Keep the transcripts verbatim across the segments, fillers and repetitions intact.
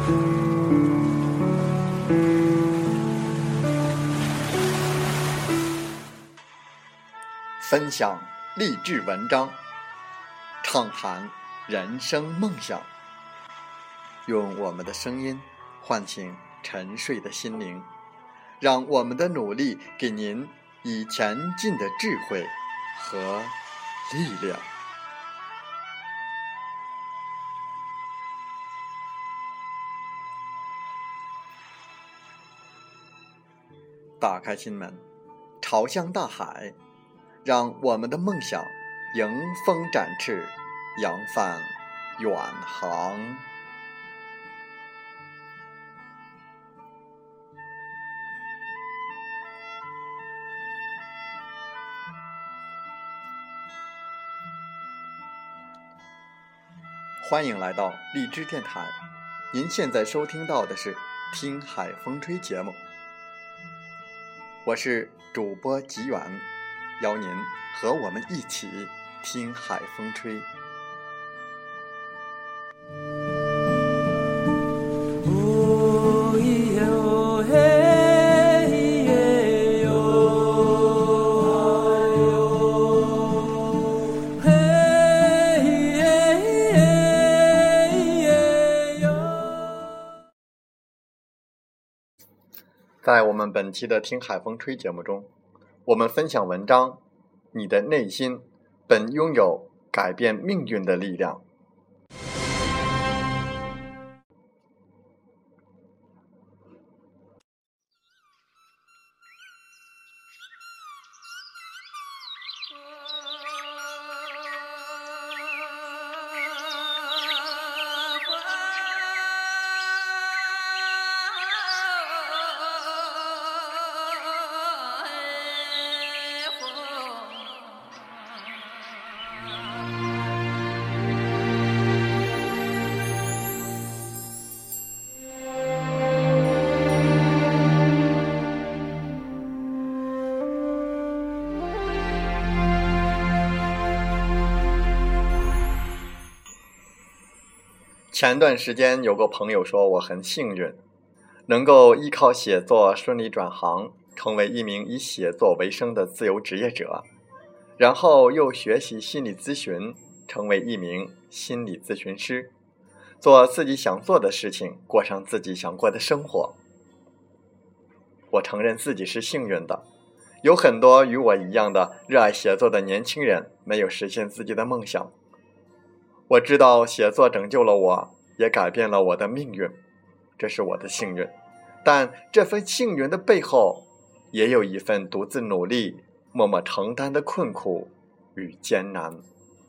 分享励志文章，畅谈人生梦想，用我们的声音唤醒沉睡的心灵，让我们的努力给您以前进的智慧和力量。打开心门，朝向大海，让我们的梦想迎风展翅，扬帆远航。欢迎来到荔枝电台，您现在收听到的是听海风吹节目，我是主播吉远，邀您和我们一起听海风吹。在我们本期的听海风吹节目中，我们分享文章，你的内心本拥有改变命运的力量。前段时间有个朋友说我很幸运，能够依靠写作顺利转行，成为一名以写作为生的自由职业者，然后又学习心理咨询，成为一名心理咨询师，做自己想做的事情，过上自己想过的生活。我承认自己是幸运的，有很多与我一样的热爱写作的年轻人没有实现自己的梦想。我知道写作拯救了我，也改变了我的命运，这是我的幸运。但这份幸运的背后，也有一份独自努力、默默承担的困苦与艰难。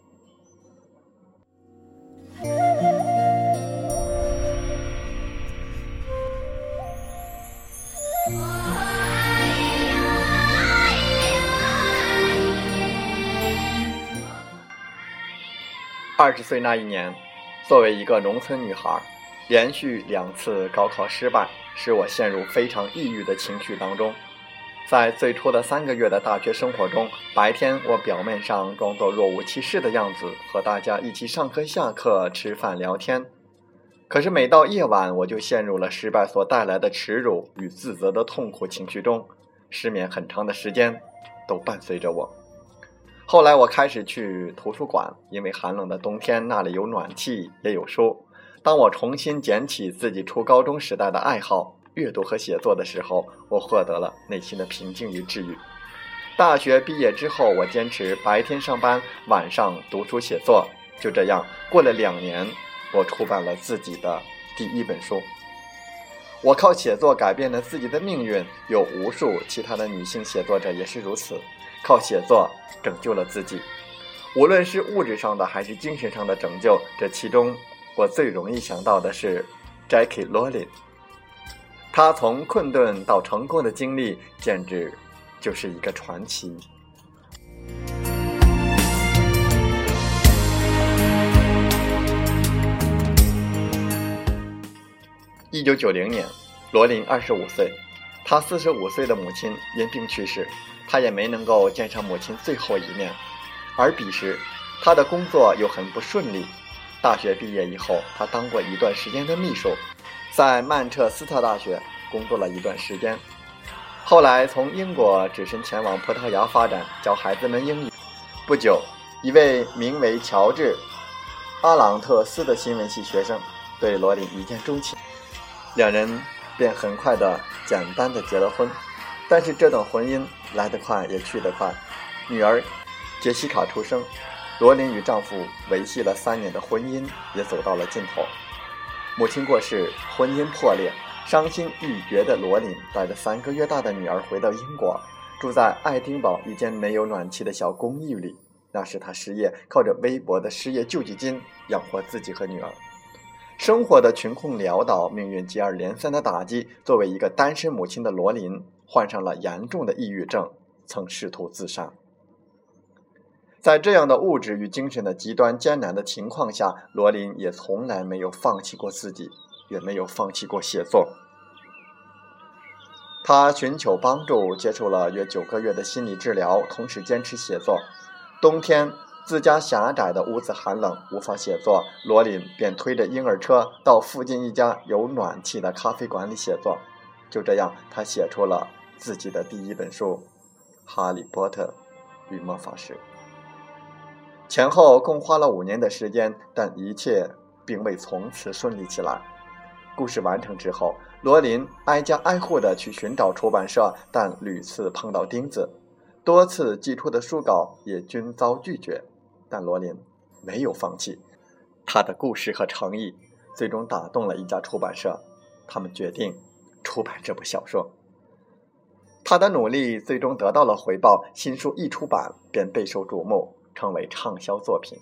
二十岁那一年，作为一个农村女孩，连续两次高考失败，使我陷入非常抑郁的情绪当中。在最初的三个月的大学生活中，白天我表面上装作若无其事的样子，和大家一起上课下课吃饭聊天，可是每到夜晚，我就陷入了失败所带来的耻辱与自责的痛苦情绪中，失眠很长的时间都伴随着我。后来我开始去图书馆，因为寒冷的冬天那里有暖气也有书。当我重新捡起自己初高中时代的爱好阅读和写作的时候，我获得了内心的平静与治愈。大学毕业之后，我坚持白天上班，晚上读书写作，就这样过了两年，我出版了自己的第一本书。我靠写作改变了自己的命运，有无数其他的女性写作者也是如此，靠写作拯救了自己。无论是物质上的还是精神上的拯救，这其中我最容易想到的是 J K Rowling。 她从困顿到成功的经历简直就是一个传奇。一九九零年，罗琳二十五岁，她四十五岁的母亲因病去世，她也没能够见上母亲最后一面。而彼时，她的工作又很不顺利， 大学毕业以后，他当过一段时间的秘书，在曼彻斯特大学工作了一段时间。后来从英国只身前往葡萄牙发展，教孩子们英语。不久，一位名为乔治·阿朗特斯的新闻系学生对罗琳一见钟情，两人便很快的、简单的结了婚。但是这段婚姻来得快也去得快，女儿杰西卡出生，罗琳与丈夫维系了三年的婚姻也走到了尽头。母亲过世，婚姻破裂，伤心欲绝的罗琳带着三个月大的女儿回到英国，住在爱丁堡一间没有暖气的小公寓里。那时她失业，靠着微薄的失业救济金养活自己和女儿。生活的穷困潦倒，命运接二连三的打击，作为一个单身母亲的罗琳患上了严重的抑郁症，曾试图自杀。在这样的物质与精神的极端艰难的情况下，罗琳也从来没有放弃过自己，也没有放弃过写作。他寻求帮助，接受了约九个月的心理治疗，同时坚持写作。冬天自家狭窄的屋子寒冷，无法写作，罗琳便推着婴儿车到附近一家有暖气的咖啡馆里写作。就这样，他写出了自己的第一本书《哈利波特与魔法师》。前后共花了五年的时间，但一切并未从此顺利起来。故事完成之后，罗琳挨家挨户地去寻找出版社，但屡次碰到钉子，多次寄出的书稿也均遭拒绝。但罗琳没有放弃，他的故事和诚意最终打动了一家出版社，他们决定出版这部小说。他的努力最终得到了回报，新书一出版便备受瞩目，成为畅销作品。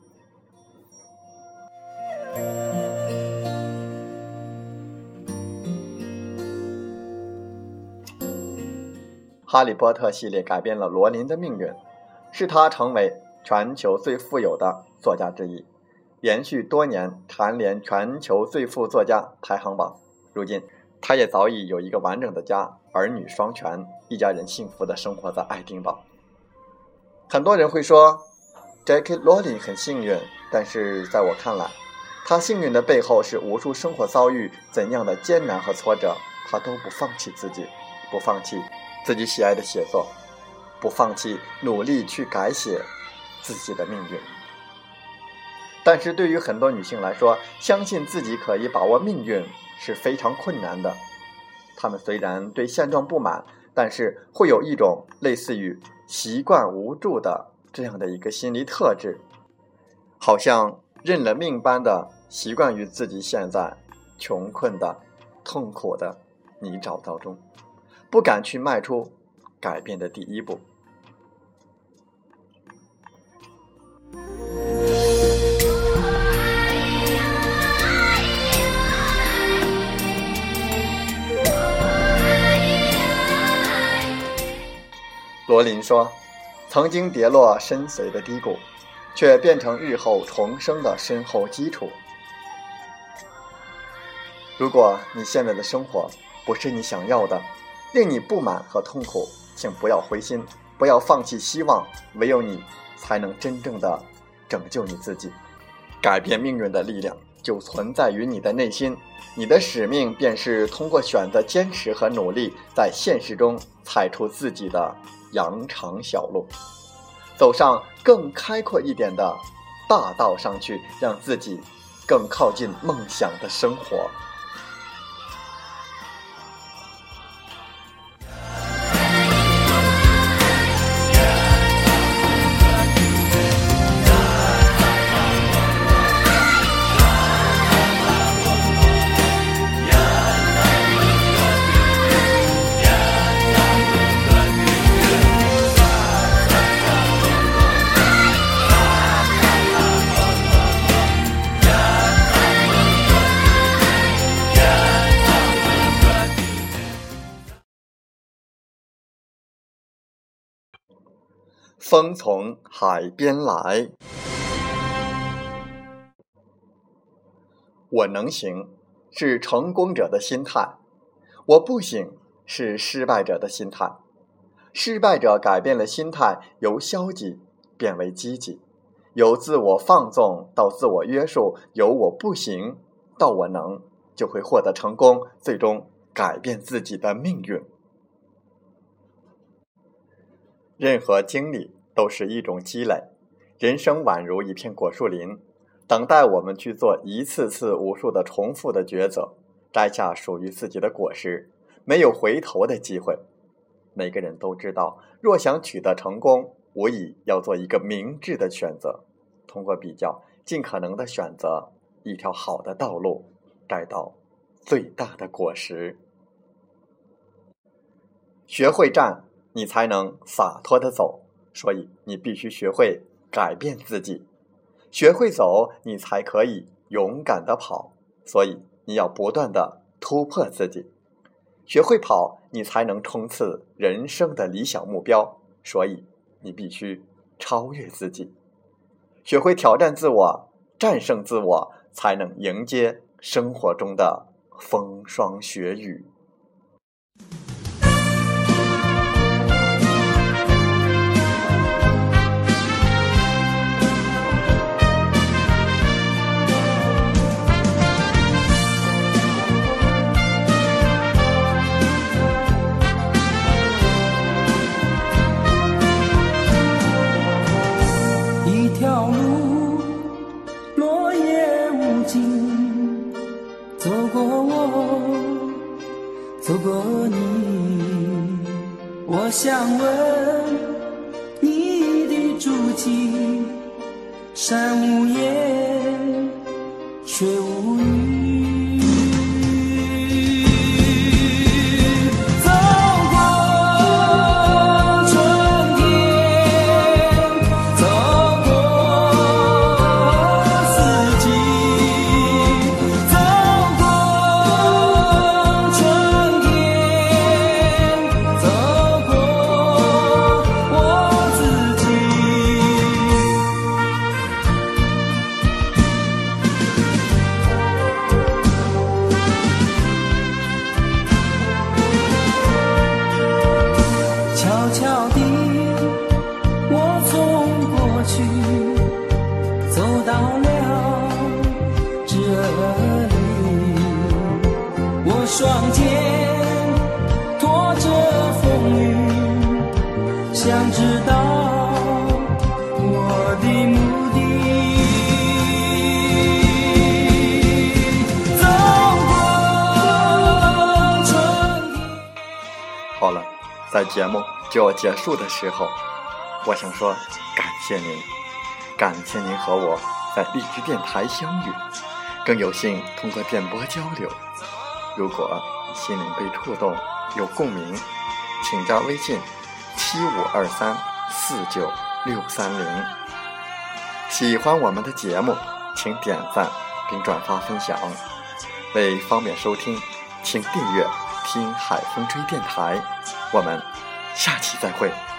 哈利波特系列改变了罗琳的命运，使他成为全球最富有的作家之一，连续多年蝉联全球最富作家排行榜。如今他也早已有一个完整的家，儿女双全，一家人幸福地生活在爱丁堡。很多人会说 J K 罗琳很幸运，但是在我看来，他幸运的背后是无数生活遭遇怎样的艰难和挫折，他都不放弃自己，不放弃自己喜爱的写作，不放弃努力去改写自己的命运。但是对于很多女性来说，相信自己可以把握命运是非常困难的。她们虽然对现状不满，但是会有一种类似于习惯无助的这样的一个心理特质，好像认了命般的习惯于自己现在穷困的痛苦的泥沼当中，不敢去迈出改变的第一步。罗琳说，曾经跌落深邃的低谷，却变成日后重生的深厚基础。如果你现在的生活不是你想要的，令你不满和痛苦，请不要灰心，不要放弃希望，唯有你才能真正的拯救你自己。改变命运的力量就存在于你的内心，你的使命便是通过选择坚持和努力，在现实中踩出自己的羊肠小路，走上更开阔一点的大道上去，让自己更靠近梦想的生活。风从海边来，我能行是成功者的心态，我不行是失败者的心态。失败者改变了心态，由消极变为积极， 由自我放纵到自我约束，由我不行到我能，就会获得成功，最终改变自己的命运。任何经历都是一种积累，人生宛如一片果树林，等待我们去做一次次无数的重复的抉择，摘下属于自己的果实，没有回头的机会。每个人都知道，若想取得成功，无疑要做一个明智的选择，通过比较，尽可能的选择一条好的道路，摘到最大的果实。学会站，你才能洒脱的走，所以你必须学会改变自己。学会走，你才可以勇敢的跑，所以你要不断的突破自己。学会跑，你才能冲刺人生的理想目标，所以你必须超越自己。学会挑战自我，战胜自我，才能迎接生活中的风霜雪雨。 一条路，落叶无尽，走过我，走过你，我想问你的足迹，山无言，水无语。双肩拖着风雨，想知道我的目的。走过春天。 好了，在节目就要结束的时候，我想说感谢您，感谢您和我在荔枝电台相遇，更有幸通过电波交流。如果心灵被触动，有共鸣，请加微信七五二三四九六三零。喜欢我们的节目，请点赞并转发分享。为方便收听，请订阅听海风吹电台。我们下期再会。